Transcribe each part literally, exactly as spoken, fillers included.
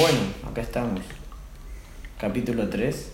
bueno, acá estamos. Capítulo tres.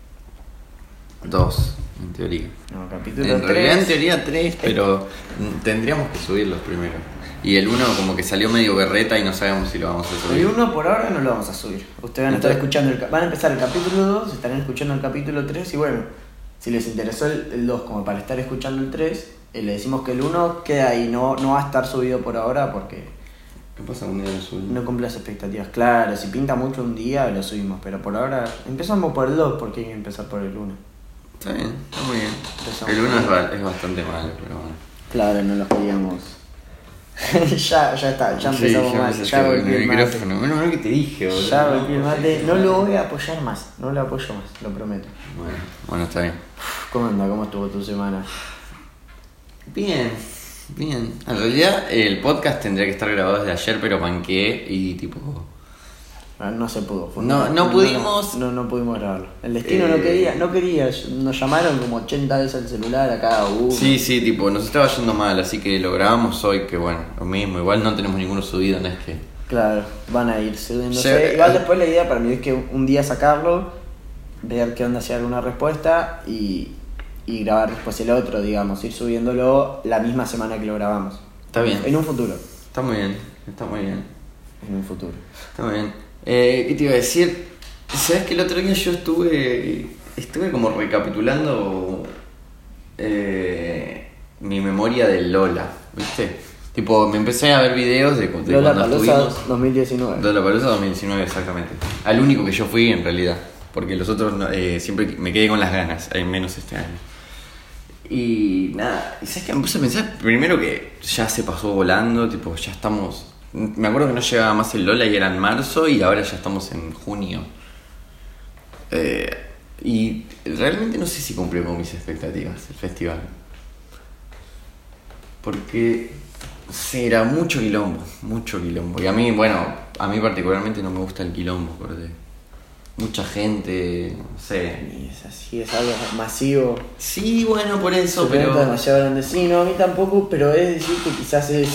Dos, en teoría. No, capítulo En tres. realidad en teoría tres, pero tendríamos que subirlos primero. Y el uno como que salió medio berreta y no sabemos si lo vamos a subir. El uno por ahora no lo vamos a subir. Ustedes van a estar Entonces- escuchando el, ca- van a empezar el capítulo dos, estarán escuchando el capítulo tres y bueno, si les interesó el, el dos como para estar escuchando el tres, eh, le decimos que el uno queda ahí, no, no va a estar subido por ahora porque ¿Qué pasa un día lo subimos? no cumple las expectativas. Claro, si pinta mucho un día lo subimos, pero por ahora empezamos por el dos porque hay que empezar por el uno. Está bien, está muy bien. Empezamos El uno por es, el- ba- es bastante malo, pero bueno. Claro, no los queríamos. ya, ya está, ya empezamos Sí, mal, empezaste ya con volví el el mate. micrófono. Menos mal que te dije, boludo. Ya volví el mate, no lo voy a apoyar más, no lo apoyo más, lo prometo. Bueno, bueno, está bien. ¿Cómo anda? ¿Cómo estuvo tu semana? Bien, bien. En realidad el podcast tendría que estar grabado desde ayer, pero panqué y tipo... Ah, No se pudo. fue No, un- no pudimos. No, no pudimos grabarlo. El destino Eh. no quería, no quería. Nos llamaron como ochenta veces al celular a cada uno. Sí, sí, tipo, nos estaba yendo mal, así que lo grabamos hoy, que bueno, lo mismo, igual no tenemos ninguno subido, no es que... Claro, van a ir subiéndose. Sí. Igual después la idea para mí es que un día sacarlo, ver qué onda, si hay alguna respuesta y, y grabar después el otro, digamos, ir subiéndolo la misma semana que lo grabamos. Está bien. En un futuro. Está muy bien, está muy bien, En un futuro. está muy bien. Eh, ¿qué te iba a decir? ¿Sabes que el otro día yo estuve, estuve como recapitulando eh, mi memoria de Lola, ¿viste? Tipo, me empecé a ver videos de, de Lola cuando Palusa estuvimos... dos mil diecinueve. Lollapalooza dos mil diecinueve, exactamente. Al único que yo fui en realidad, porque los otros no- eh, siempre me quedé con las ganas, al menos este año. Y nada, y sabes que me puse a pensar primero que ya se pasó volando, tipo, ya estamos. Me acuerdo que no llegaba más el Lola y era en marzo y ahora ya estamos en junio. Eh, y realmente no sé si cumplió con mis expectativas el festival. Porque sí, era mucho quilombo, mucho quilombo. Y a mí, bueno, a mí particularmente no me gusta el quilombo, porque mucha gente, no sé. Y es así, es algo masivo. Sí, bueno, por eso, Se pero... trata demasiado grande. Sí, no, a mí tampoco, pero es decir que quizás es.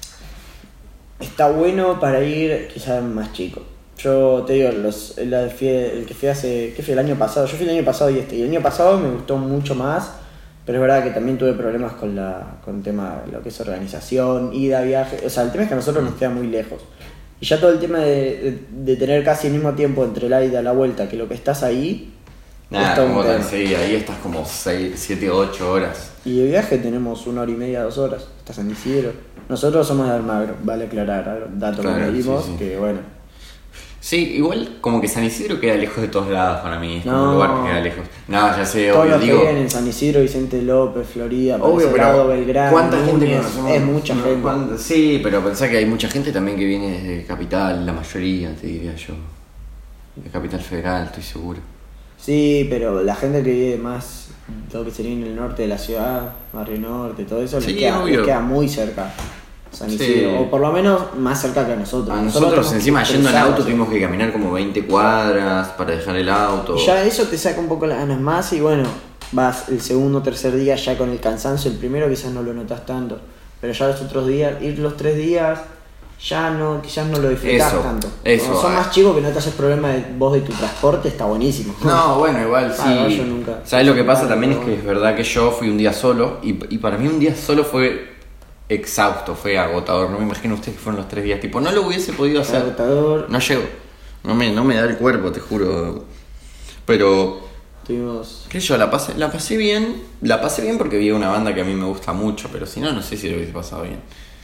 Está bueno para ir quizás más chico. Yo te digo, los, el, el que fui hace. ¿Qué fue el año pasado? Yo fui el año pasado y este. Y el año pasado me gustó mucho más, pero es verdad que también tuve problemas con la con el tema de lo que es organización, ida, viaje. O sea, el tema es que a nosotros nos queda muy lejos. Y ya todo el tema de, de, de tener casi el mismo tiempo entre la ida y la vuelta que lo que estás ahí. Nada, es todo un como tema. tal, sí, ahí estás como seis, siete, ocho horas. Y de viaje tenemos una hora y media, dos horas. Estás en Isidro. Nosotros somos de Almagro, vale aclarar, dato Claro, que dimos, sí, sí. que bueno. Sí, igual como que San Isidro queda lejos de todos lados para mí, es como No. un lugar que queda lejos. No, ya sé, Todos obvio, los que digo... viven en San Isidro, Vicente López, Florida, Obvio, Prado, pero Belgrano, ¿cuánta gente Núñez, conocemos? es mucha No, gente. ¿cuánta? Sí, pero pensá que hay mucha gente también que viene desde Capital, la mayoría, te diría yo. De Capital Federal, estoy seguro. Sí, pero la gente que vive más, lo que sería en el norte de la ciudad, Barrio Norte, todo eso, Sí, les, queda, obvio. les queda muy cerca San Sí. Isidro, o por lo menos más cerca que a nosotros. A nosotros tenemos encima que yendo en cruzar, auto o sea. tuvimos que caminar como veinte cuadras para dejar el auto. Y ya eso te saca un poco las ganas más y bueno, vas el segundo o tercer día ya con el cansancio, el primero quizás no lo notas tanto, pero ya los otros días, ir los tres días, ya no, quizás no lo disfrutás Eso, tanto. eso, Como son ah. más chicos que no te haces problema de vos de tu transporte, está buenísimo. No, bueno, igual sí. Ah, no, yo nunca. ¿Sabes lo que pasa también? Es Pero que es verdad que yo fui un día solo y, y para mí un día solo fue exhausto, fue agotador. No me imagino ustedes que fueron los tres días. Tipo, no lo hubiese podido hacer. Agotador. No llego. No me, no me da el cuerpo, te juro. Pero, Tuvimos. qué sé yo, la pasé, la pasé bien. La pasé bien porque vi una banda que a mí me gusta mucho, pero si no, no sé si lo hubiese pasado bien.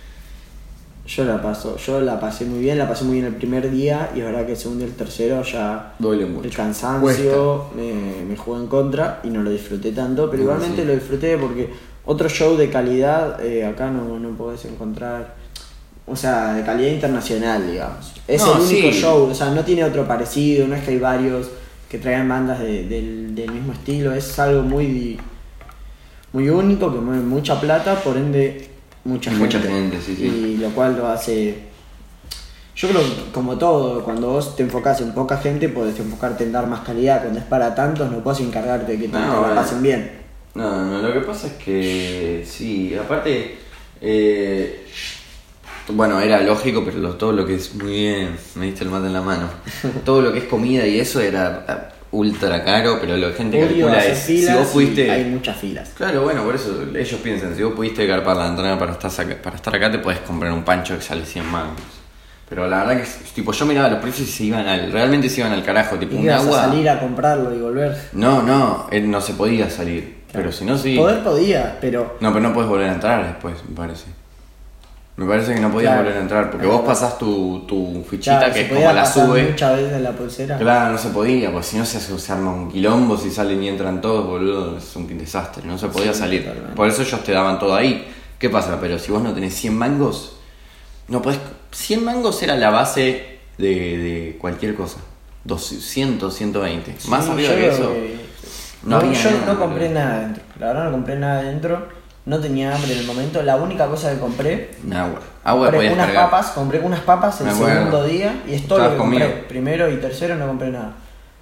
Yo la paso, yo la pasé muy bien, la pasé muy bien el primer día y es verdad que el segundo y el tercero ya Duele mucho. el cansancio me, me jugó en contra y no lo disfruté tanto, pero No, igualmente sí. lo disfruté porque otro show de calidad eh, acá no, no podés encontrar, o sea, de calidad internacional, digamos. Es No, el único sí. show, o sea, no tiene otro parecido, no es que hay varios que traigan bandas de- del, del mismo estilo, es algo muy, muy único que mueve mucha plata, por ende mucha Y gente. mucha gente, sí, sí. Y lo cual lo hace. Yo creo que como todo, cuando vos te enfocás en poca gente, podés enfocarte en dar más calidad. Cuando es para tantos, no podés encargarte de que No, todos la bueno. pasen bien. No, no, lo que pasa es que sí, aparte, eh, Bueno, era lógico, pero lo- todo lo que es muy bien, me diste el mate en la mano. Todo lo que es comida y eso era ah, ultra caro, pero lo que gente Obvio, calcula hacer es si filas vos pudiste. y hay muchas filas. Claro, bueno, por eso ellos piensan, si vos pudiste garpar la entrada para estar, acá, para estar acá, te podés comprar un pancho que sale cien mangos. Pero la verdad que, tipo, yo miraba los precios y se iban al, realmente se iban al carajo, tipo, Y un ibas agua. a salir a comprarlo y volver. No, no, él no se podía salir, pero si no, sí. Poder podía, pero No, pero no puedes volver a entrar después, me parece. Me parece que no podías Claro. volver a entrar, porque Ah, vos bueno. pasás tu, tu fichita, claro, que se es podía como la pasar sube. muchas veces la pulsera. Claro, no se podía, porque si no se, hace- se arma un quilombo, si salen y entran todos, boludo, es un desastre, no se podía Sí, salir. totalmente. Por eso ellos te daban todo ahí. ¿Qué pasa? Pero si vos no tenés cien mangos, no podés... cien mangos era la base de, de cualquier cosa. doscientos, ciento veinte. Sí, Más arriba yo que creo eso... que- no No, había yo nada, no compré boludo. nada adentro. La verdad no compré nada adentro. No tenía hambre en el momento. La única cosa que compré, Un agua. Agua compré podías unas cargar. papas, compré unas papas el Me acuerdo. segundo día y es todo lo que Estabas compré. conmigo. Primero y tercero no compré nada.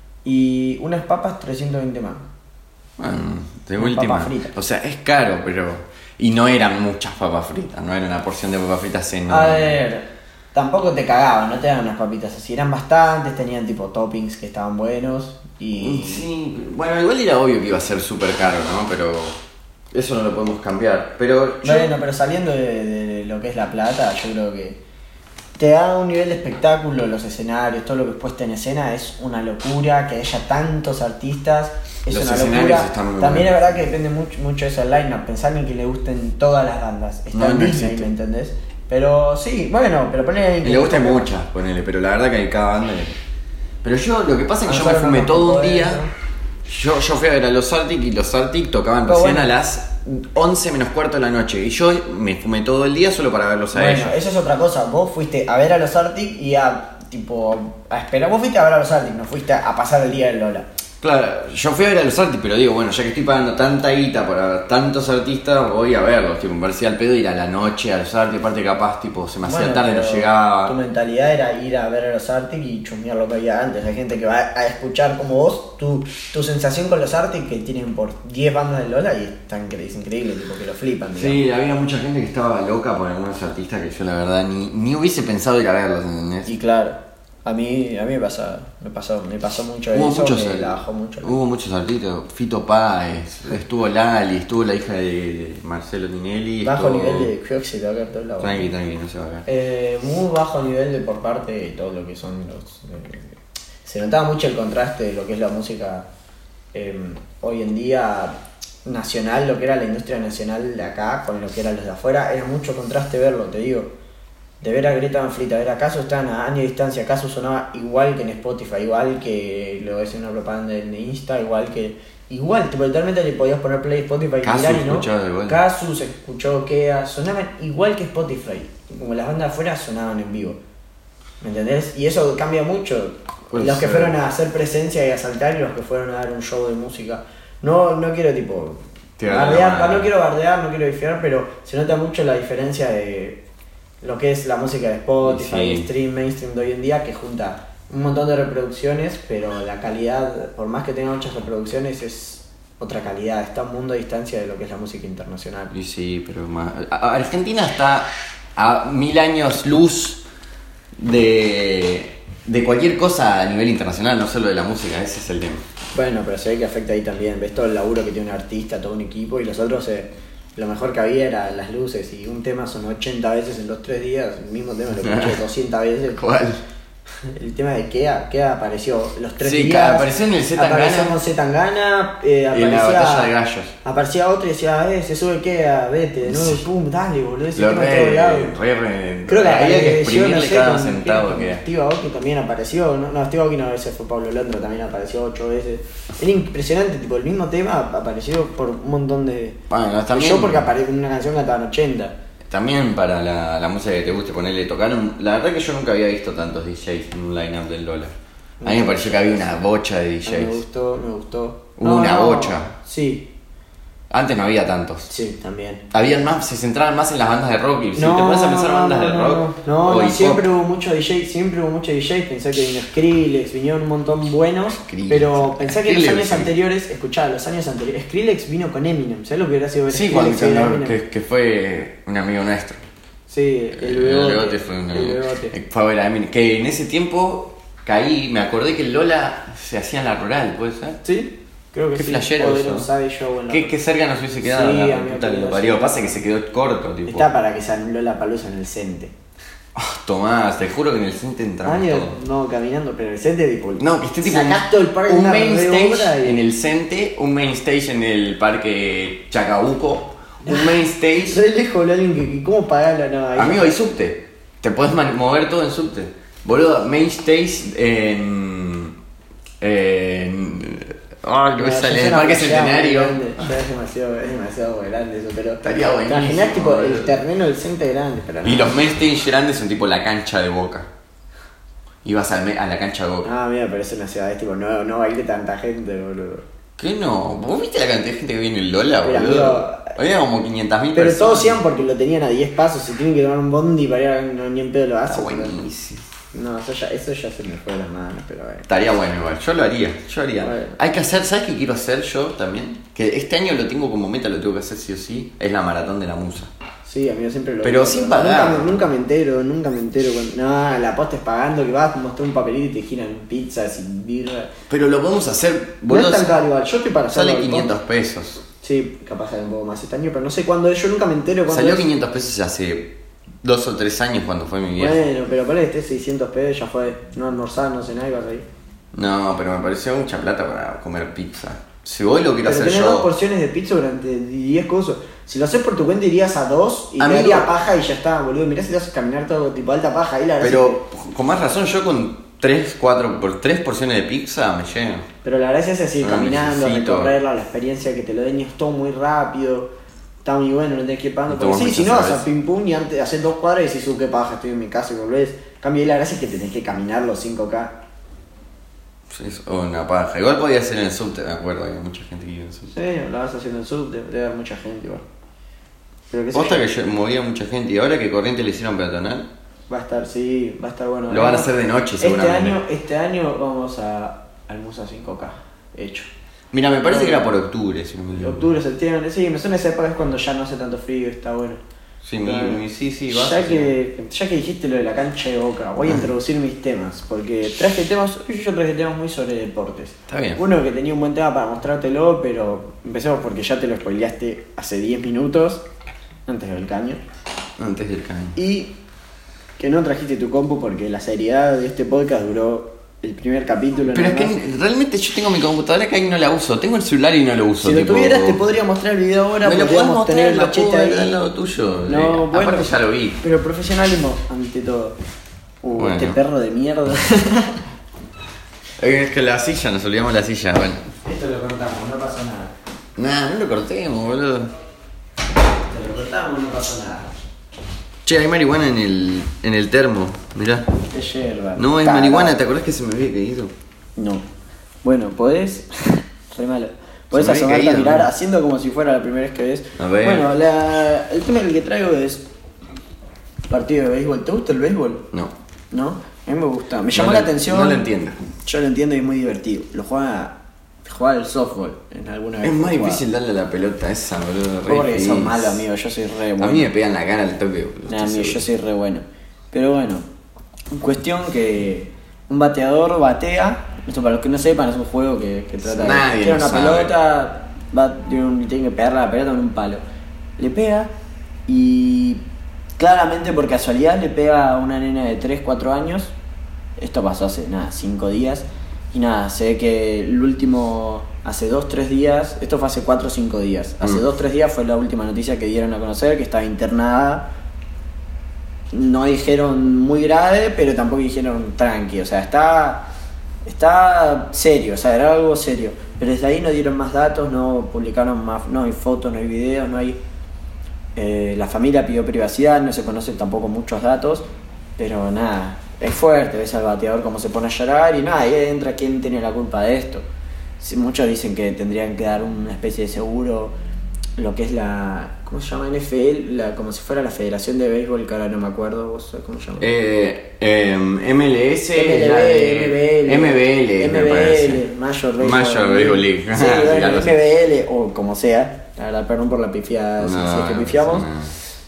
Y unas papas trescientos veinte más. Bueno, de Unas última. papas fritas. O sea, es caro, pero... Y no eran muchas papas fritas, no era una porción de papas fritas enorme. A ver, tampoco te cagaban, no te daban unas papitas así. Eran bastantes, tenían tipo toppings que estaban buenos. Y Sí, bueno, igual era obvio que iba a ser súper caro, ¿no? Pero eso no lo podemos cambiar. Pero yo... bueno, pero saliendo de, de lo que es La Plata, yo creo que te da un nivel de espectáculo, los escenarios, todo lo que es puesta en escena es una locura, que haya tantos artistas, es Los una escenarios locura. están muy También buenos. es verdad que depende mucho, mucho de esa line-up, pensar en que le gusten todas las bandas, está No, en no Disney, existe. ¿me entendés? Pero sí, bueno, pero ponle ahí Y le gustan muchas, ponele, pero la verdad que hay cada banda. le- Pero yo, lo que pasa es que A yo me nosotros fumé no todo un nos día. tocó Yo, yo fui a ver a los Arctic y los Arctic tocaban Pero recién bueno. a las once menos cuarto de la noche. Y yo me fumé todo el día solo para verlos a Bueno, ellos. eso es otra cosa, vos fuiste a ver a los Arctic y a, tipo, a esperar, vos fuiste a ver a los Arctic, no fuiste a pasar el día del Lola. Claro, yo fui a ver a los Arctic, pero digo, bueno, ya que estoy pagando tanta guita para tantos artistas, voy a verlos. Tipo, me parecía al pedo ir a la noche a los Arctic, aparte capaz, tipo, se me hacía Bueno, tarde, no pero llegaba. Tu mentalidad era ir a ver a los Arctic y chusmear lo que había antes. Hay gente que va a escuchar como vos, tu, tu sensación con los Arctic, que tienen por diez bandas de Lola y es, tan, incre- es increíble, tipo, que lo flipan. digamos. Sí, había mucha gente que estaba loca por algunos artistas que yo la verdad ni, ni hubiese pensado ir a verlos, ¿entendés? Y claro, a mí, a mí me, pasa, me, pasó, me pasó mucho Hubo eso, muchos, me ar- la bajó mucho. hubo muchos artistas, Fito Páez, estuvo Lali, estuvo la hija de, de Marcelo Tinelli. Bajo estuvo- nivel de creo que se te va a caer todo el lado. Tranqui, tranqui, no se va a caer. Eh, muy bajo nivel de por parte de todo lo que son los... eh, se notaba mucho el contraste de lo que es la música eh, hoy en día nacional, lo que era la industria nacional de acá con lo que eran los de afuera. Era mucho contraste verlo, te digo. De ver a Greta Van Fleet, a ver a Casu estaban a años de distancia. Casu sonaba igual que en Spotify, igual que lo es en una propaganda en Insta, igual que... Igual, tipo, literalmente le podías poner play Spotify y Casu mirar y no. escuchaba igual. Casu se escuchó, Kea, sonaban igual que Spotify. Como las bandas de afuera sonaban en vivo. ¿Me entendés? Y eso cambia mucho. Puede los que ser. fueron a hacer presencia y a saltar y los que fueron a dar un show de música. No, no quiero tipo Tirar la bardear, mano. no quiero bardear, no quiero bifiar, pero se nota mucho la diferencia de lo que es la música de Spotify, Sí. stream, mainstream de hoy en día, que junta un montón de reproducciones, pero la calidad, por más que tenga muchas reproducciones, es otra calidad, está un mundo de distancia de lo que es la música internacional. Y sí, pero más... a- Argentina está a mil años luz de, de cualquier cosa a nivel internacional, no solo de la música, ese es el tema. Bueno, pero se ve que afecta ahí también, ves todo el laburo que tiene un artista, todo un equipo, y los otros, eh, lo mejor que había era las luces, y un tema sonó ochenta veces en los tres días, el mismo tema lo escuché doscientas veces. ¿Cuál? El tema de Kea, Kea apareció los tres Sí, días. apareció en el Z Tangana. Apareció con Z Tangana, eh, Y en la aparecía, batalla de gallos. aparecía otro y decía, eh, se sube Kea, vete, de nuevo, Sí. pum, dale, boludo, ese Lo tema a re, todos lados. re, re- Creo que había que apareció, exprimirle no sé, cada con- centavo con que Steve Aoki también apareció, no, no Steve Aoki no, ese fue Pablo Londra, también apareció ocho veces. Era impresionante, tipo, el mismo tema apareció por un montón de... Bueno, también- Yo porque apareció en una canción cantaban ochenta. También para la, la música que te guste ponerle, tocaron. La verdad que yo nunca había visto tantos D Js en un line-up del Lola. A mí me pareció que había una bocha de D Ah, me Js. gustó, me gustó. Hubo una bocha. Sí, Antes no había tantos. sí, también. Habían más, se centraban más en las bandas de rock. Y si No, te pones a pensar no, bandas no, de no, rock no, o no, hip siempre hop, hubo mucho D J, siempre hubo mucho D J, pensé que vino Skrillex, vinieron un montón buenos, Skrillex. pero pensé que los Skrillex, años sí. anteriores, escuchá, los años anteriores, Skrillex vino con Eminem, ¿sabes lo que hubiera sido ver sí, Skrillex cuando, y ver a cuando- Eminem? que, que fue un amigo nuestro. Sí, el El bebote. Bebote fue una. El bebote. Fue a ver a Eminem. Que en ese tiempo caí, me acordé que el Lola se hacía en la rural, ¿puede ser? ¿Sí? Creo que Qué sí. flashero O de eso. los Sade Show en la- Qué, qué cerca nos hubiese quedado Sí, la amigo, puta que pero lo parió. sí. Pasa que se quedó corto, tipo. Está para que se anuló la palusa en el Cente. Oh, Tomás, te juro que en el centro entramos Años, todo. no, caminando, pero en el Cente tipo. No, que esté tipo Sacás todo el parque un una main re obra stage y- en el Cente, un main stage en el parque Chacabuco, un main stage. Re lejos de alguien que, que cómo pagarlo, no. Ahí Amigo, hay subte. Te puedes man- mover todo en subte. Boludo, main stage en. en. Ay, no me No, sale. ya En el es Parque demasiado Centenario. grande, Ya es demasiado, es demasiado grande eso, pero. Estaría ¿Te buenísimo, imaginas tipo el boludo. terreno del Cente grande? Pero no. Y los main stage grandes son tipo la cancha de Boca. Ibas al me- a la cancha de Boca. Ah, mira, pero es una ciudad, es tipo, no, no va a ir tanta gente, boludo. ¿Qué no? ¿Vos viste la cantidad de gente que viene en Lola, Pero, boludo? amigo, Había como quinientas mil Pero personas. todos iban porque lo tenían a diez pasos, si tienen que tomar un bondi para ir a no, ni en pedo lo Está hacen. pero- buenísimo. No, eso ya, eso ya se me fue de las manos, pero bueno. Estaría bueno igual, yo lo haría, yo haría. Bueno. Hay que hacer, ¿sabes qué quiero hacer yo también? Que este año lo tengo como meta, lo tengo que hacer sí o sí, es la maratón de la musa. Sí, amigo, siempre lo Pero digo, sin nunca pagar. me- Nunca, me entero, nunca me entero. Cuando, no, la posta es pagando, que vas a mostrar un papelito y te giran pizzas y birra. Pero lo podemos hacer, No boludo, es tan caro igual, yo estoy para hacerlo. sale al quinientos posta. pesos. Sí, capaz sale un poco más este año, pero no sé cuándo es, yo nunca me entero cuándo Salió es. quinientos pesos hace dos o tres años cuando fue mi viaje. Bueno, pero para este seiscientos pesos ya fue, no almorzar, no cenar y vas ahí. No, pero me pareció mucha plata para comer pizza. Si hoy lo quiero Pero hacer tenés dos yo... porciones de pizza durante diez cosas. Si lo haces por tu cuenta irías a dos y Amigo. te haría paja y ya está, boludo. Mirá si te vas a caminar todo tipo alta paja ahí la verdad es Pero con más razón, yo con tres, cuatro, por tres porciones de pizza me lleno. que- Pero la gracia es así, No caminando, necesito. recorrerla, la experiencia que te lo den y es todo muy rápido. Está muy bueno, no tenés que ir pagando. Y Porque tomás sí, si no muchas vas a cervezas. pim pum y antes haces dos cuadras y decís, uh, qué paja, estoy en mi casa y volvés. Cambio ahí la gracia es que tenés que caminar los cinco K. Sí, es una paja. Igual podía ser en el subte, me acuerdo, había mucha gente que iba en el subte. Sí, la vas haciendo en sub, debe debe haber mucha gente igual. Pero qué sé Posta yo, que yo- movía mucha gente y ahora que Corrientes le hicieron peatonal, va a estar, sí, va a estar bueno. lo van a hacer de noche Este seguramente. año, este año vamos a al Musa cinco K, hecho. Mira, me parece que era por octubre, si no me equivoco. Octubre, septiembre, sí, me suena esa época es cuando ya no hace tanto frío, está bueno. Sí, mi, Claro. mi- sí, sí, va. ya, que, ya que dijiste lo de la cancha de Boca, voy a introducir mis temas, porque traje temas, yo traje temas muy sobre deportes. Está bien. Uno que tenía un buen tema para mostrártelo, pero empecemos porque ya te lo spoileaste hace diez minutos, antes del caño. Antes del caño. Y que no trajiste tu compu porque la seriedad de este podcast duró el primer capítulo. Pero es nada que más. realmente yo tengo mi computadora que ahí no la uso. Tengo el celular y no lo uso. Si lo tipo- tuvieras te podría mostrar el video ahora, Me lo podés podríamos mostrar, tener el lo machete puedo ver ahí. al lado tuyo. No, Eh, bueno, aparte ya lo vi. Pero profesionalismo ante todo. Uh, Bueno. este perro de mierda. Es que la silla, nos olvidamos la silla, bueno. Esto lo cortamos, no pasa nada. Nah, no lo cortemos, boludo. Te lo cortamos, no pasa nada. Che, hay marihuana en el, en el termo, mirá. Es yerba. No, hay Tarado. marihuana, ¿te acordás que se me había caído? No. Bueno, podés. Re malo. Podés Se me había asomarte a caído, mirar ¿no? haciendo como si fuera la primera vez que ves. A ver. Bueno, la, el tema del que traigo es partido de béisbol. ¿Te gusta el béisbol? No. ¿No? A mí me gusta. Me llamó No la lo- atención. no lo entiendo. Yo lo entiendo y es muy divertido. Lo juega. Juega el softball en alguna vez. Es más jugaba. difícil darle a la pelota esa, boludo. re Porque difícil. son malos, amigo. Yo soy re bueno. A mí me pegan la cara al toque, boludo. Nah, estoy amigo, seguro. yo soy re bueno. Pero bueno, cuestión que un bateador batea. Esto para los que no sepan es un juego que, que trata Nadie de tiene lo una sabe. pelota, va, tiene, un- tiene que pegarle a la pelota con un palo. Le pega y claramente por casualidad le pega a una nena de tres, cuatro años. Esto pasó hace nada, cinco días. Y nada, se ve que el último, hace dos, tres días, esto fue hace cuatro o cinco días. Hace Mm. dos, tres días fue la última noticia que dieron a conocer, que estaba internada. No dijeron muy grave, pero tampoco dijeron tranqui. O sea, está, está serio, o sea, era algo serio. Pero desde ahí no dieron más datos, no publicaron más, no hay fotos, no hay videos, no hay... Eh, la familia pidió privacidad, no se conocen tampoco muchos datos, pero nada, es fuerte, ves al bateador cómo se pone a llorar y nada, ahí entra quién tiene la culpa de esto. Si muchos dicen que tendrían que dar una especie de seguro, lo que es la, ¿cómo se llama? N F L, la, como si fuera la Federación de Béisbol, que ahora no me acuerdo, ¿vos sabés cómo se llama? Eh, eh, M L S, M L B, la de- M B L, M B L, me M B L, parece. Major Baseball Major Baseball League. Sí, Sí, bueno, algo así. M B L o como sea. La verdad, perdón por la pifiada, si- No, si es que no pifiamos. pasa nada.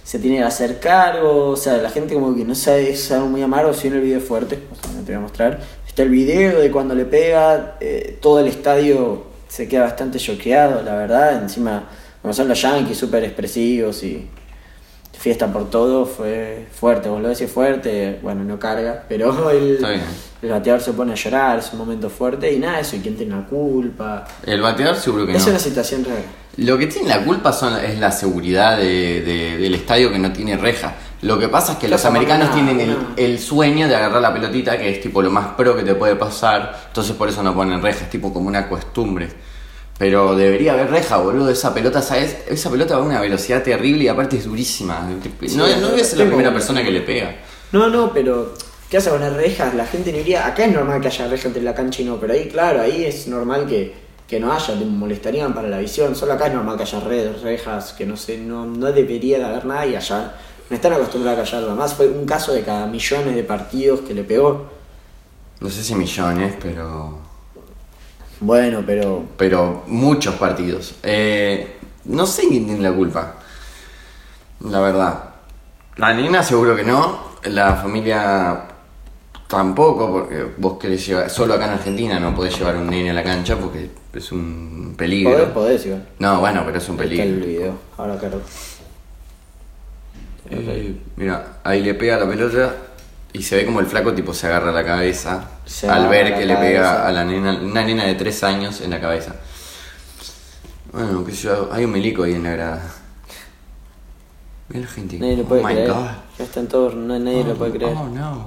se tiene que hacer cargo, o sea, la gente como que no sabe, es algo muy amargo, si no el video es fuerte, o sea, no te voy a mostrar. Está el video de cuando le pega, eh, todo el estadio se queda bastante choqueado, la verdad, encima, como son los Yankees, súper expresivos y fiesta por todo, fue fuerte, vos lo decís fuerte, bueno, no carga, pero el, el bateador se pone a llorar, es un momento fuerte y nada, eso, y quién tiene la culpa. El bateador seguro que es no. Es una situación rara. Lo que tiene la culpa son, es la seguridad de, de, del estadio que no tiene reja. Lo que pasa es que los americanos nada, tienen el, el sueño de agarrar la pelotita, que es tipo lo más pro que te puede pasar, entonces por eso no ponen reja, es tipo como una costumbre. Pero debería haber reja, boludo, esa pelota, ¿sabes? Esa pelota va a una velocidad terrible y aparte es durísima. Sí, no no voy a ser la primera persona que le pega. No, no, pero ¿qué hace poner rejas? La gente no iría. Acá es normal que haya reja entre la cancha y no, pero ahí, claro, ahí es normal que, que no haya, te molestarían para la visión. Solo acá es normal que haya redes, rejas, que no sé, no, no debería de haber nada y allá no están acostumbrados a callarlo. Además fue un caso de cada millones de partidos que le pegó. No sé si millones, pero... Bueno, pero... Pero muchos partidos. Eh, no sé quién tiene la culpa. La verdad. La nena seguro que no. La familia tampoco, porque vos querés llevar... Solo acá en Argentina no podés llevar un nene a la cancha porque es un peligro. Podés, podés igual. No, bueno, pero es un peligro. Está el video, ahora claro. Eh, mira, ahí le pega la pelota y se ve como el flaco tipo se agarra la cabeza se al ver que le pega a la nena, una nena de tres años en la cabeza. Bueno, qué sé yo, hay un milico ahí en la grada. Mira la gente. Nadie lo puede oh my creer. God. Ya están todos, no, nadie oh, lo puede creer. Oh no.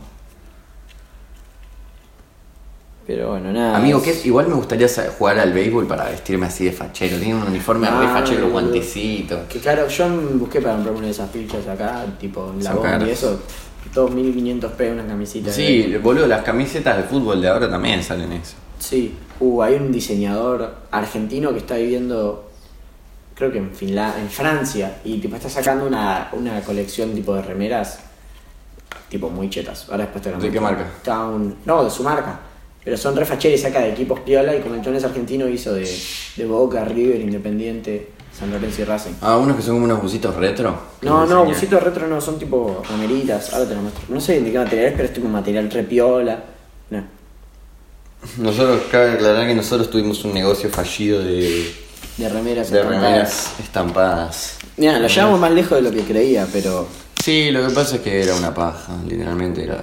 Pero bueno, nada. Amigo, que igual me gustaría jugar al béisbol para vestirme así de fachero. Tiene un uniforme ah, re fachero, guantecitos. Que claro, yo busqué para comprarme una de esas fichas acá, tipo en la bomba y eso. dos mil quinientos pesos una camisita. Sí, de... boludo, las camisetas de fútbol de ahora también salen eso. Sí, uh, hay un diseñador argentino que está viviendo, creo que en Finlandia, en Francia, y tipo está sacando una, una colección tipo de remeras, tipo muy chetas. Ahora después te lo ¿De qué marca? Está un, no, de su marca. Pero son re facheros y saca de equipos piola y como el chon es argentino hizo de, de Boca, River, Independiente, San Lorenzo y Racing. Ah, unos que son como unos busitos retro. No, no, busitos retro no, son tipo remeritas, ahora te lo muestro. No sé de qué material es, pero es tipo un material re piola. No. Nosotros, cabe aclarar que nosotros tuvimos un negocio fallido de... De remeras de estampadas. remeras estampadas. Mira, lo llevamos más lejos de lo que creía, pero... Sí, lo que pasa es que era una paja, literalmente era...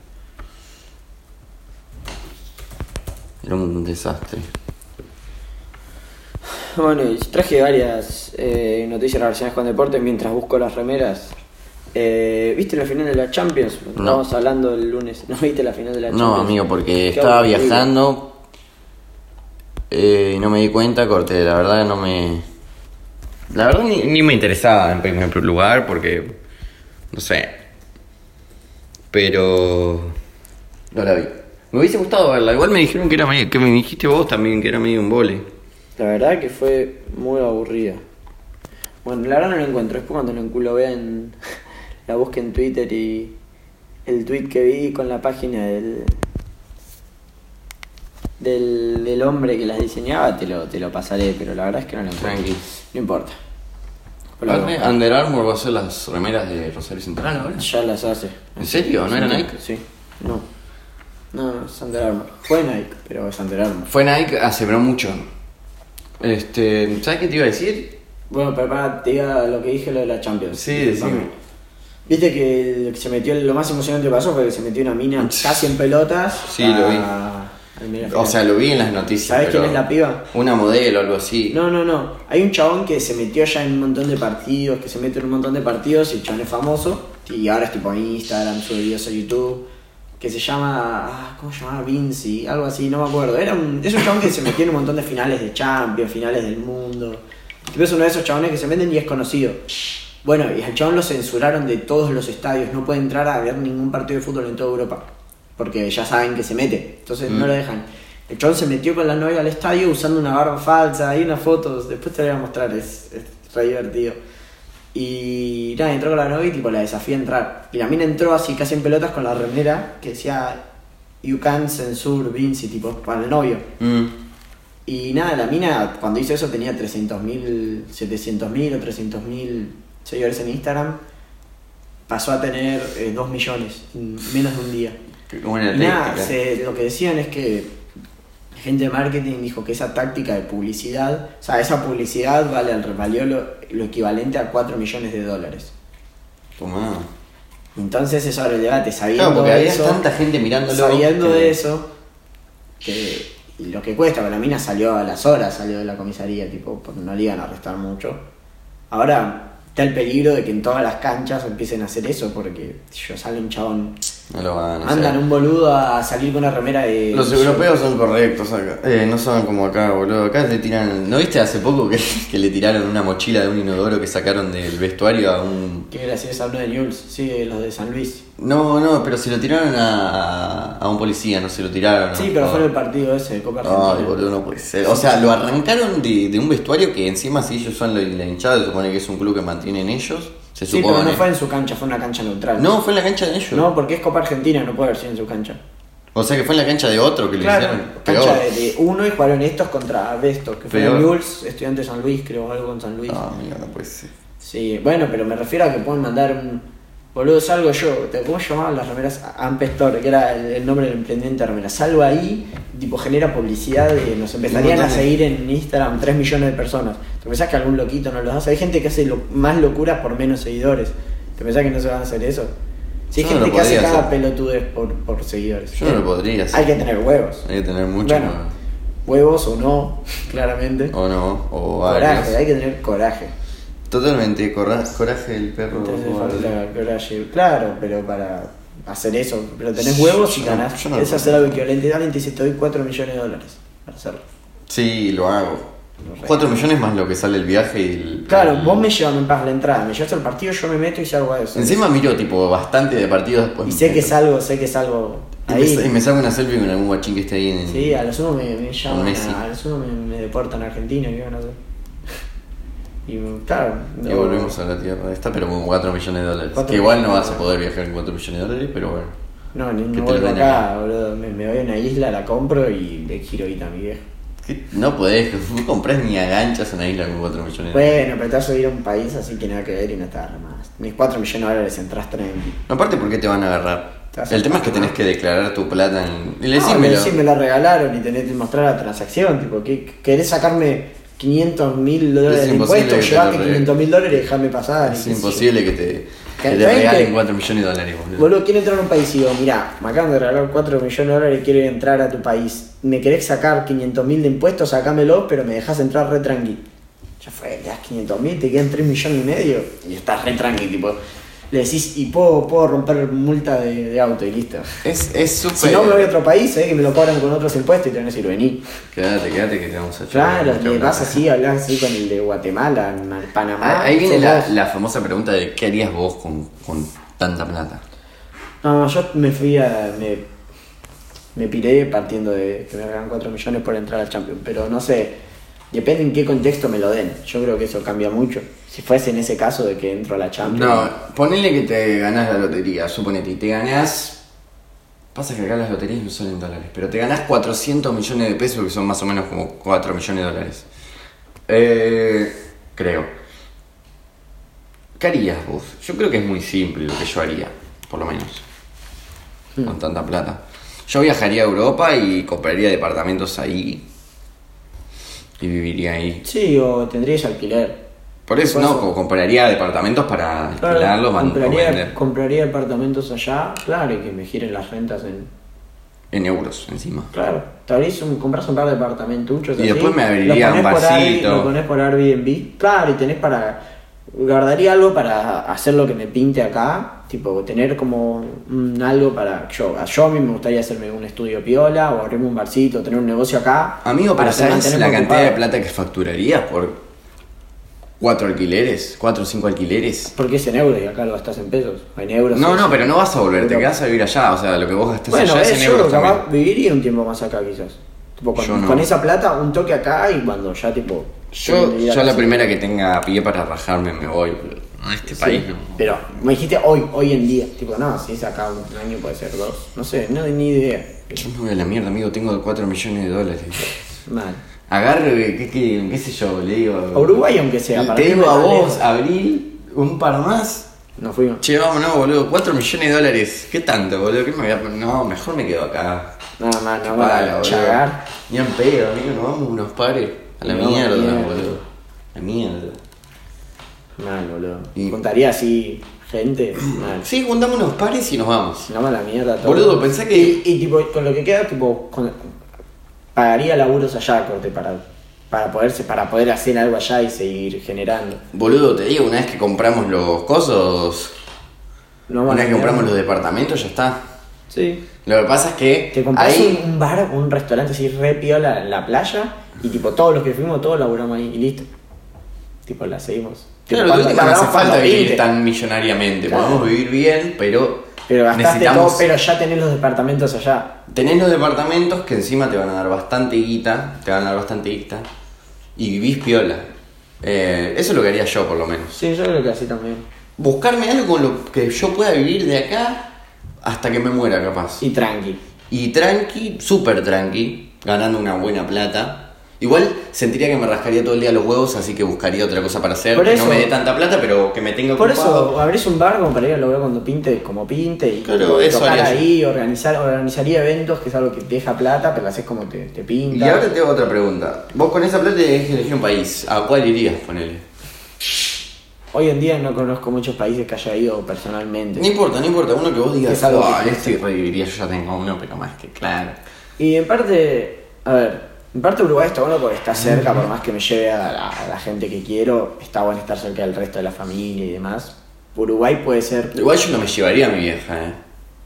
Era un desastre. Bueno, traje varias eh, noticias relacionadas con deportes mientras busco las remeras. Eh, ¿Viste la final de la Champions? No. Estábamos hablando el lunes. ¿No viste la final de la Champions? No, amigo, porque estaba viajando y eh, no me di cuenta, corté. La verdad no me... La verdad ni, ni me interesaba en primer lugar porque... No sé. Pero... No la vi. Me hubiese gustado verla. Igual me dijeron que era medio... Que me dijiste vos también que era medio un vole. La verdad que fue muy aburrida. Bueno, la verdad no lo encuentro. Después cuando lo, lo vean, la busque en Twitter y el tweet que vi con la página del del, del hombre que las diseñaba, te lo, te lo pasaré, pero la verdad es que no lo encuentro. Tranqui. No importa. Under Armour va a hacer las remeras de Rosario Central ahora. Ya las hace. ¿En serio? ¿No era Nike? Sí. No. No, no, es Under Armour. Fue Nike, pero es Under Armour. Fue Nike hace pero mucho. Este, ¿sabes qué te iba a decir? Bueno, pero para te diga lo que dije lo de la Champions. Sí, decime. Viste que se metió, lo más emocionante que pasó fue que se metió una mina casi en pelotas. Sí, a, lo vi. O sea, lo vi en las noticias. ¿Sabes quién es la piba? Una modelo o algo así. No, no, no. Hay un chabón que se metió ya en un montón de partidos, que se mete en un montón de partidos y el chabón es famoso. Y ahora es tipo en Instagram, sube videos a YouTube. Que se llama... Ah, ¿cómo se llamaba? Vinci, algo así, no me acuerdo. Era un, es un chabón que se metió en un montón de finales de Champions, finales del mundo. Tipo, es uno de esos chabones que se meten y es conocido. Bueno, y al chabón lo censuraron de todos los estadios. No puede entrar a ver ningún partido de fútbol en toda Europa. Porque ya saben que se mete. Entonces mm. no lo dejan. El chabón se metió con la novia al estadio usando una barba falsa. Hay unas fotos, después te la voy a mostrar. Es, es re divertido. Y nada, entró con la novia y tipo la desafía a entrar. Y la mina entró así casi en pelotas con la remera que decía You can't censure Vinci, tipo, para el novio. Mm. Y nada, la mina cuando hizo eso tenía trescientos mil, setecientos mil o trescientos mil seguidores en Instagram. pasó a tener eh, dos millones en menos de un día. Buena Y nada, táctica. se- lo que decían es que gente de marketing dijo que esa táctica de publicidad, o sea, esa publicidad vale, al- valió lo, lo equivalente a cuatro millones de dólares. Tomá. Entonces eso era el debate, sabiendo Claro, porque había eso, tanta gente mirándolo. sabiendo que- de eso, que lo que cuesta, porque la mina salió a las horas, salió de la comisaría, tipo, porque no le iban a arrestar mucho. Ahora está el peligro de que en todas las canchas empiecen a hacer eso, porque si yo sale un chabón, No lo van a hacer. andan un boludo a salir con una remera de... Los europeos son correctos acá. Eh, no son como acá, boludo. Acá le tiran. ¿No viste hace poco que, que le tiraron una mochila de un inodoro que sacaron del vestuario a un. Qué gracioso uno de Newell's, sí, los de San Luis. No, no, pero se lo tiraron a, a un policía, no se lo tiraron. Sí, ¿no? pero No. fue en el partido ese de Copa Argentina. Ay, boludo, no puede ser. O sea, lo arrancaron de, de un vestuario que encima, si ellos son la, la hinchada, se supone que es un club que mantienen ellos. Se Sí, supone. pero no fue en su cancha, fue en una cancha neutral. No, fue en la cancha de ellos. No, porque es Copa Argentina, no puede haber sido en su cancha. O sea que fue en la cancha de otro que lo Claro, hicieron. cancha Peor. de, de uno y jugaron estos contra Vestos, que fue Peor. en Newell's, estudiante de San Luis, creo, algo en San Luis. Ah, amigo, no puede ser. Sí, bueno, pero me refiero a que pueden mandar un... Boludo, salgo yo, ¿te- ¿cómo se llamaban las remeras? Ampestor, que era el, el nombre del emprendimiento de remeras. Salgo ahí, tipo genera publicidad, de, nos empezarían Un a montón de- seguir en Instagram tres millones de personas. ¿Te pensás que algún loquito no los hace? Hay gente que hace lo- más locuras por menos seguidores. ¿Te pensás que no se van a hacer eso? Si hay Yo no gente lo que hace podría cada hacer. pelotudez por, por seguidores. Yo no lo podría hacer. Hay que tener huevos. Hay que tener mucho. Bueno, huevos o no, claramente. O no, o Coraje, varios. hay que tener coraje. Totalmente, corra- coraje del perro. Entonces cobarde. falta coraje. Claro, pero para hacer eso, pero tenés huevos y Yo no- ganás. yo no lo es hacer algo equivalente. Alguien te dice, te doy cuatro millones de dólares para hacerlo. Sí, lo hago. Lo cuatro millones más lo que sale el viaje y el. Claro, el- vos me llevas en paz la entrada, me llevas al partido, yo me meto y salgo a eso. Encima miro tipo bastante de partidos después. y sé que salgo, sé que salgo Y me, ahí. y me saco una selfie con algún guachín que esté ahí en. Sí, a los uno me, me llaman, Messi. a, a los uno me, me deportan a Argentina, ¿qué van a hacer? Y claro, Y no- volvemos a la tierra esta, pero con cuatro millones de dólares. Cuatro Que igual no millones vas de a poder viajar con cuatro millones de dólares, pero bueno. No, ni, que no te lo vuelvo den acá, acá. boludo. Me, me voy a una isla, la compro y le giro ahorita a mi viejo. ¿Qué? No podés, no comprás ni aganchas una isla con cuatro millones de dólares. Bueno, pero te vas a ir a un país así que nada que ver y no te agarra más. Mis cuatro millones de dólares entras tranqui. Aparte, ¿por qué te van a agarrar? Te vas a El tema es que pagar. tenés que declarar tu plata en. Y No, decímelo. pero sí me la regalaron y tenés que mostrar la transacción. Tipo, ¿qué, ¿querés sacarme quinientos mil dólares Es de imposible impuestos? que te Llevate lo regalen. quinientos mil dólares y dejame pasar. Es y qué sé imposible que te, que Que te sabés regalen que- cuatro millones de dólares, yo. boludo. Boludo, quiero entrar a un país y digo, mirá, me acaban de regalar cuatro millones de dólares y quiero entrar a tu país. ¿Me querés sacar quinientos mil de impuestos? Sacámelo, pero me dejás entrar re tranqui. Ya fue, le das quinientos mil, te quedan tres millones y medio y estás re tranqui, tipo. Le decís, y puedo, puedo romper multa de, de auto y listo. Es es súper. Si no me voy a otro país, eh, que me lo cobran con otros impuestos y te van a decir, vení. Quédate, quédate que te vamos a echar. Claro, mucha le plata. vas así, hablas así con el de Guatemala, en Panamá. Ah, Ahí viene sos la, vos. la famosa pregunta de ¿qué harías vos con, con tanta plata? No, yo me fui a. Me, me piré partiendo de que me hagan cuatro millones por entrar al Champions. Pero no sé, depende en qué contexto me lo den. Yo creo que eso cambia mucho. Si fuese en ese caso de que entro a la Champions. No, ponele que te ganás la lotería, suponete, y te ganás. Pasa que acá las loterías no son en dólares, pero te ganás cuatrocientos millones de pesos, que son más o menos como cuatro millones de dólares. Eh, creo. ¿Qué harías vos? Yo creo que es muy simple lo que yo haría, por lo menos. Hmm. Con tanta plata. Yo viajaría a Europa y compraría departamentos ahí. Y viviría ahí. Sí, o tendrías alquiler. Por eso, ¿Qué no, pasa? co- compraría departamentos para Claro, alquilarlos, van a compraría, vender. compraría apartamentos allá, claro, y que me giren las rentas en. En euros encima. Claro, te abrís un, compras un par de apartamentuchos Y así, después me abriría lo ponés un por Airbnb, barcito. Lo pones por Airbnb, claro, y tenés para. Guardaría algo para hacer lo que me pinte acá, tipo tener como un algo para. Yo, yo a mí me gustaría hacerme un estudio piola o abrirme un barcito, tener un negocio acá. Amigo, pero para ¿sabes mantenerme la cantidad de ocupado. plata que facturarías por cuatro alquileres? ¿Cuatro o cinco alquileres? Porque es en euros y acá lo gastás en pesos. En euros. No, es- no, pero no vas a volver, te Pero- quedás a vivir allá, o sea, lo que vos gastás Bueno, allá es eh, en yo euros capaz también. viviría un tiempo más acá quizás. Tipo, con, Yo no. con esa plata, un toque acá y cuando ya tipo. Yo, ir a yo la casa. primera que tenga pie para rajarme me voy, pero a este Sí, país no. Pero me dijiste hoy, hoy en día. Tipo, no, si es acá un año puede ser dos. No sé, no ni idea. Yo me voy a la mierda, amigo, tengo cuatro millones de dólares. Mal. Agarre, qué, qué, qué sé yo, le digo. A Uruguay aunque sea. para Te irme digo a tan vos, lejos. abril, un par más, Nos fuimos. Che, vamos, no, boludo, cuatro millones de dólares. ¿Qué tanto, boludo? ¿Qué me voy a poner? No, mejor me quedo acá. Nada más, no Pala, va a boludo. chagar. Ni en pedo, amigo, nos vamos unos pares. A la No, mierda, mierda. boludo. A la mierda. Mal, boludo. Y- Contaría así, gente. Mal. Sí, juntamos unos pares y nos vamos. Si no, mala mierda todo. Boludo, pensá que- Y, y, tipo, con lo que queda, tipo, con- pagaría laburos allá, corte, para, para, poderse, para poder hacer algo allá y seguir generando. Boludo, te digo, una vez que compramos los cosos, No una mala vez que compramos los mierda. departamentos, ya está. Sí. Lo que pasa es que Te compras ahí... un, un bar, un restaurante así re piola en la playa y tipo todos los que fuimos, todos laburamos ahí y listo. Tipo, la seguimos. Claro, Tipo, de cuando- última no hace cuando falta vivir pinte. tan millonariamente. Claro. Podemos vivir bien, pero, Pero gastaste necesitamos... todo, pero ya tenés los departamentos allá. Tenés los departamentos que encima te van a dar bastante guita, te van a dar bastante guita, y vivís piola. Eh, eso es lo que haría yo, por lo menos. Sí, yo creo que así también. Buscarme algo con lo que yo pueda vivir de acá hasta que me muera, capaz. Y tranqui. Y tranqui, súper tranqui, ganando una buena plata. Igual sentiría que me rascaría todo el día los huevos, así que buscaría otra cosa para hacer. Por Que eso- no me dé tanta plata, pero que me tenga Por ocupado. eso abrís un bar como para ir a lograr cuando pinte, como pinte y Claro, y eso tocar haría yo. ahí, organizar, organizaría eventos, que es algo que te deja plata, pero lo haces como te, te pinta. Y ahora te hago otra pregunta. Vos con esa plata tenés que elegir un país. ¿A cuál irías? Ponele. Hoy en día no conozco muchos países que haya ido personalmente. No importa, no importa. Uno que vos digas, Es algo "Buah, que- este reviviría, yo ya tengo uno, pero más que claro. Y en parte, a ver, en parte Uruguay está bueno porque está cerca, por más que me lleve a la, a la gente que quiero, está bueno estar cerca del resto de la familia y demás. Uruguay puede ser... Igual yo no me llevaría a mi vieja, eh.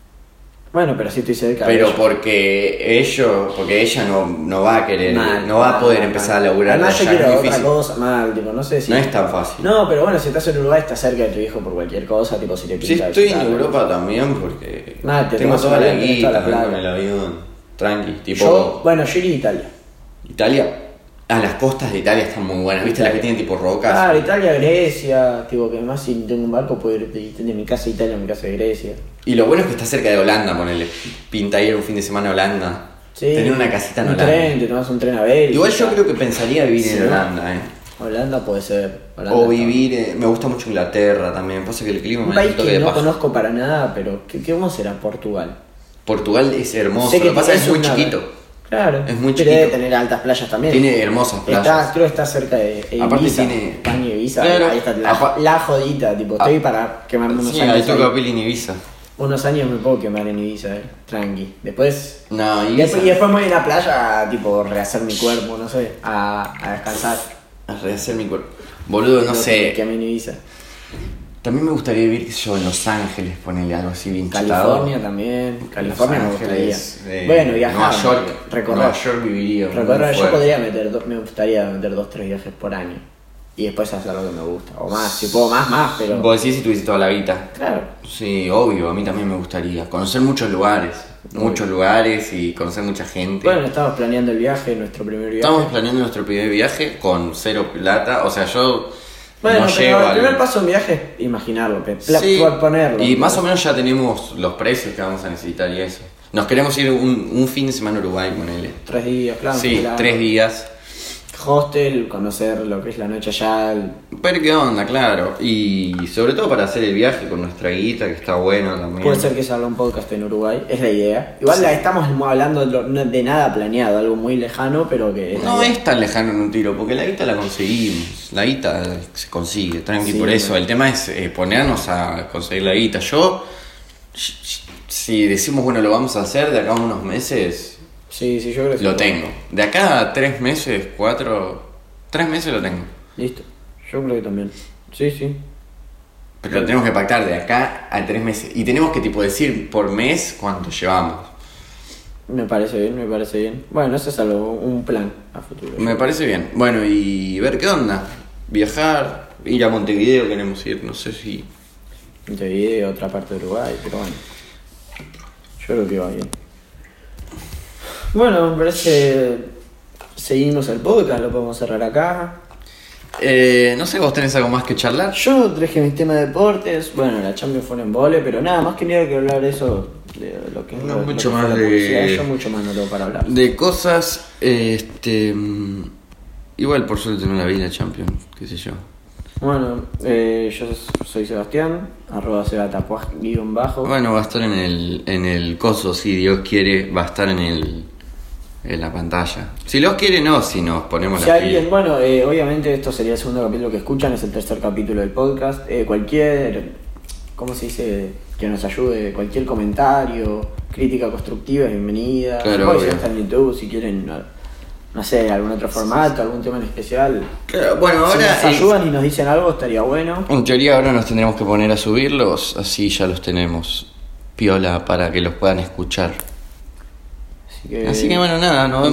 Bueno, pero sí estoy cerca. de Pero ellos. porque ellos, porque ella no, no va a querer, Mal, no va a mal, poder mal, empezar mal. a laburar Además yo allá, es quiero difícil. otra cosa, mal, tipo, no sé si... No es tan fácil. No, pero bueno, si estás en Uruguay estás cerca de tu hijo por cualquier cosa, tipo si te pinta Sí, estoy en visitarlo. Europa también porque Nah, te tengo tomas toda un la avión, tenés guita, toda la vengo plata. en el avión, tranqui, tipo Yo, bueno, yo iría a Italia. Italia. Ah, las costas de Italia están muy buenas, ¿viste? Las que tienen tipo rocas. Claro, Italia, Grecia, tipo que además si tengo un barco puedo ir de, de mi casa a Italia a mi casa de Grecia. Y lo bueno es que está cerca de Holanda, ponele. Pinta ir un fin de semana a Holanda. Sí, Tener una casita en un Holanda. tren, te tomas un tren a ver. Igual yo creo que pensaría vivir Sí, en ¿no? Holanda, eh. Holanda puede ser. Holanda O está- vivir, eh, me gusta mucho Inglaterra también. Pasa que el clima Un me da país un toque que de no paja. conozco para nada, pero ¿qué, qué cómo será Portugal? Portugal es hermoso, Sé lo que pasa es que es muy una- chiquito. Claro, Es muy pero chiquito. debe tener altas playas también. Tiene hermosas playas. Está, creo que está cerca de Ibiza. Aparte tiene- España, Ibiza. Claro. Ahí está la, Apa- la jodita, tipo, estoy Ah. para quemarme unos Sí, años. ahí toca ahí. peli en Ibiza. Unos años me puedo quemar en Ibiza, eh. Tranqui. Después. No, Y Ibiza. después, y después me voy a la playa a tipo rehacer mi cuerpo, no sé, a, a descansar. A rehacer mi cuerpo. Boludo, no Lo sé. Que me en Ibiza. También me gustaría vivir, qué sé yo, en Los Ángeles, ponerle algo así bien California también. California me Los gustaría. Ángeles, eh, Bueno, viajar. Nueva York. Recorrer. Nueva York viviría. muy Recorrer, yo fuerte. podría meter, do- me gustaría meter dos, tres viajes por año. Y después hacer algo que me gusta. O más, si puedo más, más, pero. Vos decís si tuviese toda la vida. Claro. Sí, obvio, a mí también me gustaría. Conocer muchos lugares. Muchos lugares y conocer mucha gente. Bueno, estamos planeando el viaje, nuestro primer viaje. Estamos planeando nuestro primer viaje con cero plata. O sea, yo Bueno, no pero llego el al- primer paso en viaje es imaginarlo, pe- pla- Sí, por ponerlo. y más o menos ya tenemos los precios que vamos a necesitar y eso. Nos queremos ir un, un fin de semana a Uruguay, ponele. Tres días, claro. Sí, claro. tres días. Hostel, conocer lo que es la noche allá. el- Ver qué onda, claro. Y sobre todo para hacer el viaje con nuestra guita, que está bueno también. Puede ser que se haga un podcast en Uruguay, es la idea. Igual la estamos hablando de, lo- no- de nada planeado, algo muy lejano, pero que es la No idea. es tan lejano en un tiro, porque la guita la conseguimos. La guita se consigue, tranqui, Sí, por eso. bueno. El tema es eh, ponernos a conseguir la guita. Yo, si decimos, bueno, lo vamos a hacer de acá a unos meses, Sí, sí, yo creo que sí. lo tengo. De acá a tres meses, cuatro, tres meses lo tengo. Listo, yo creo que también. Sí, sí. Pero lo tenemos que pactar de acá a tres meses. Y tenemos que tipo decir por mes cuánto llevamos. Me parece bien, me parece bien. Bueno, eso es algo, un plan a futuro. Me parece bien. Bueno, y ver qué onda. Viajar, ir a Montevideo queremos ir, no sé si... Montevideo, otra parte de Uruguay, pero bueno. Yo creo que va bien. Bueno, me parece que seguimos el podcast, lo podemos cerrar acá. Eh, no sé, vos tenés algo más que charlar. Yo traje mis temas de deportes, bueno, la Champions fue en vole, pero nada más que nada que hablar de eso, de lo que es No, lo- lo mucho que fue más la de- publicidad. Yo mucho más no tengo para hablar. De cosas, este... mm, igual por suerte no la vi la Champions, qué sé yo. Bueno, eh, yo soy Sebastián, arroba sebatapuaj guión bajo. Bueno, va a estar en el, en el coso, si Dios quiere, va a estar en el en la pantalla. Si Dios quiere, no, si nos ponemos Si las alguien, pilas. bueno, eh, obviamente esto sería el segundo capítulo que escuchan, es el tercer capítulo del podcast. Eh, cualquier, ¿cómo se dice? Que nos ayude, cualquier comentario, crítica constructiva es bienvenida. Claro, Puede obvio. ser hasta en YouTube si quieren, no, no sé, algún otro formato, algún tema en especial. Claro, bueno, Si ahora nos ayudan y nos dicen algo, estaría bueno. en teoría ahora nos tendremos que poner a subirlos, así ya los tenemos piola para que los puedan escuchar. Así que, Así que bueno, nada, nos nos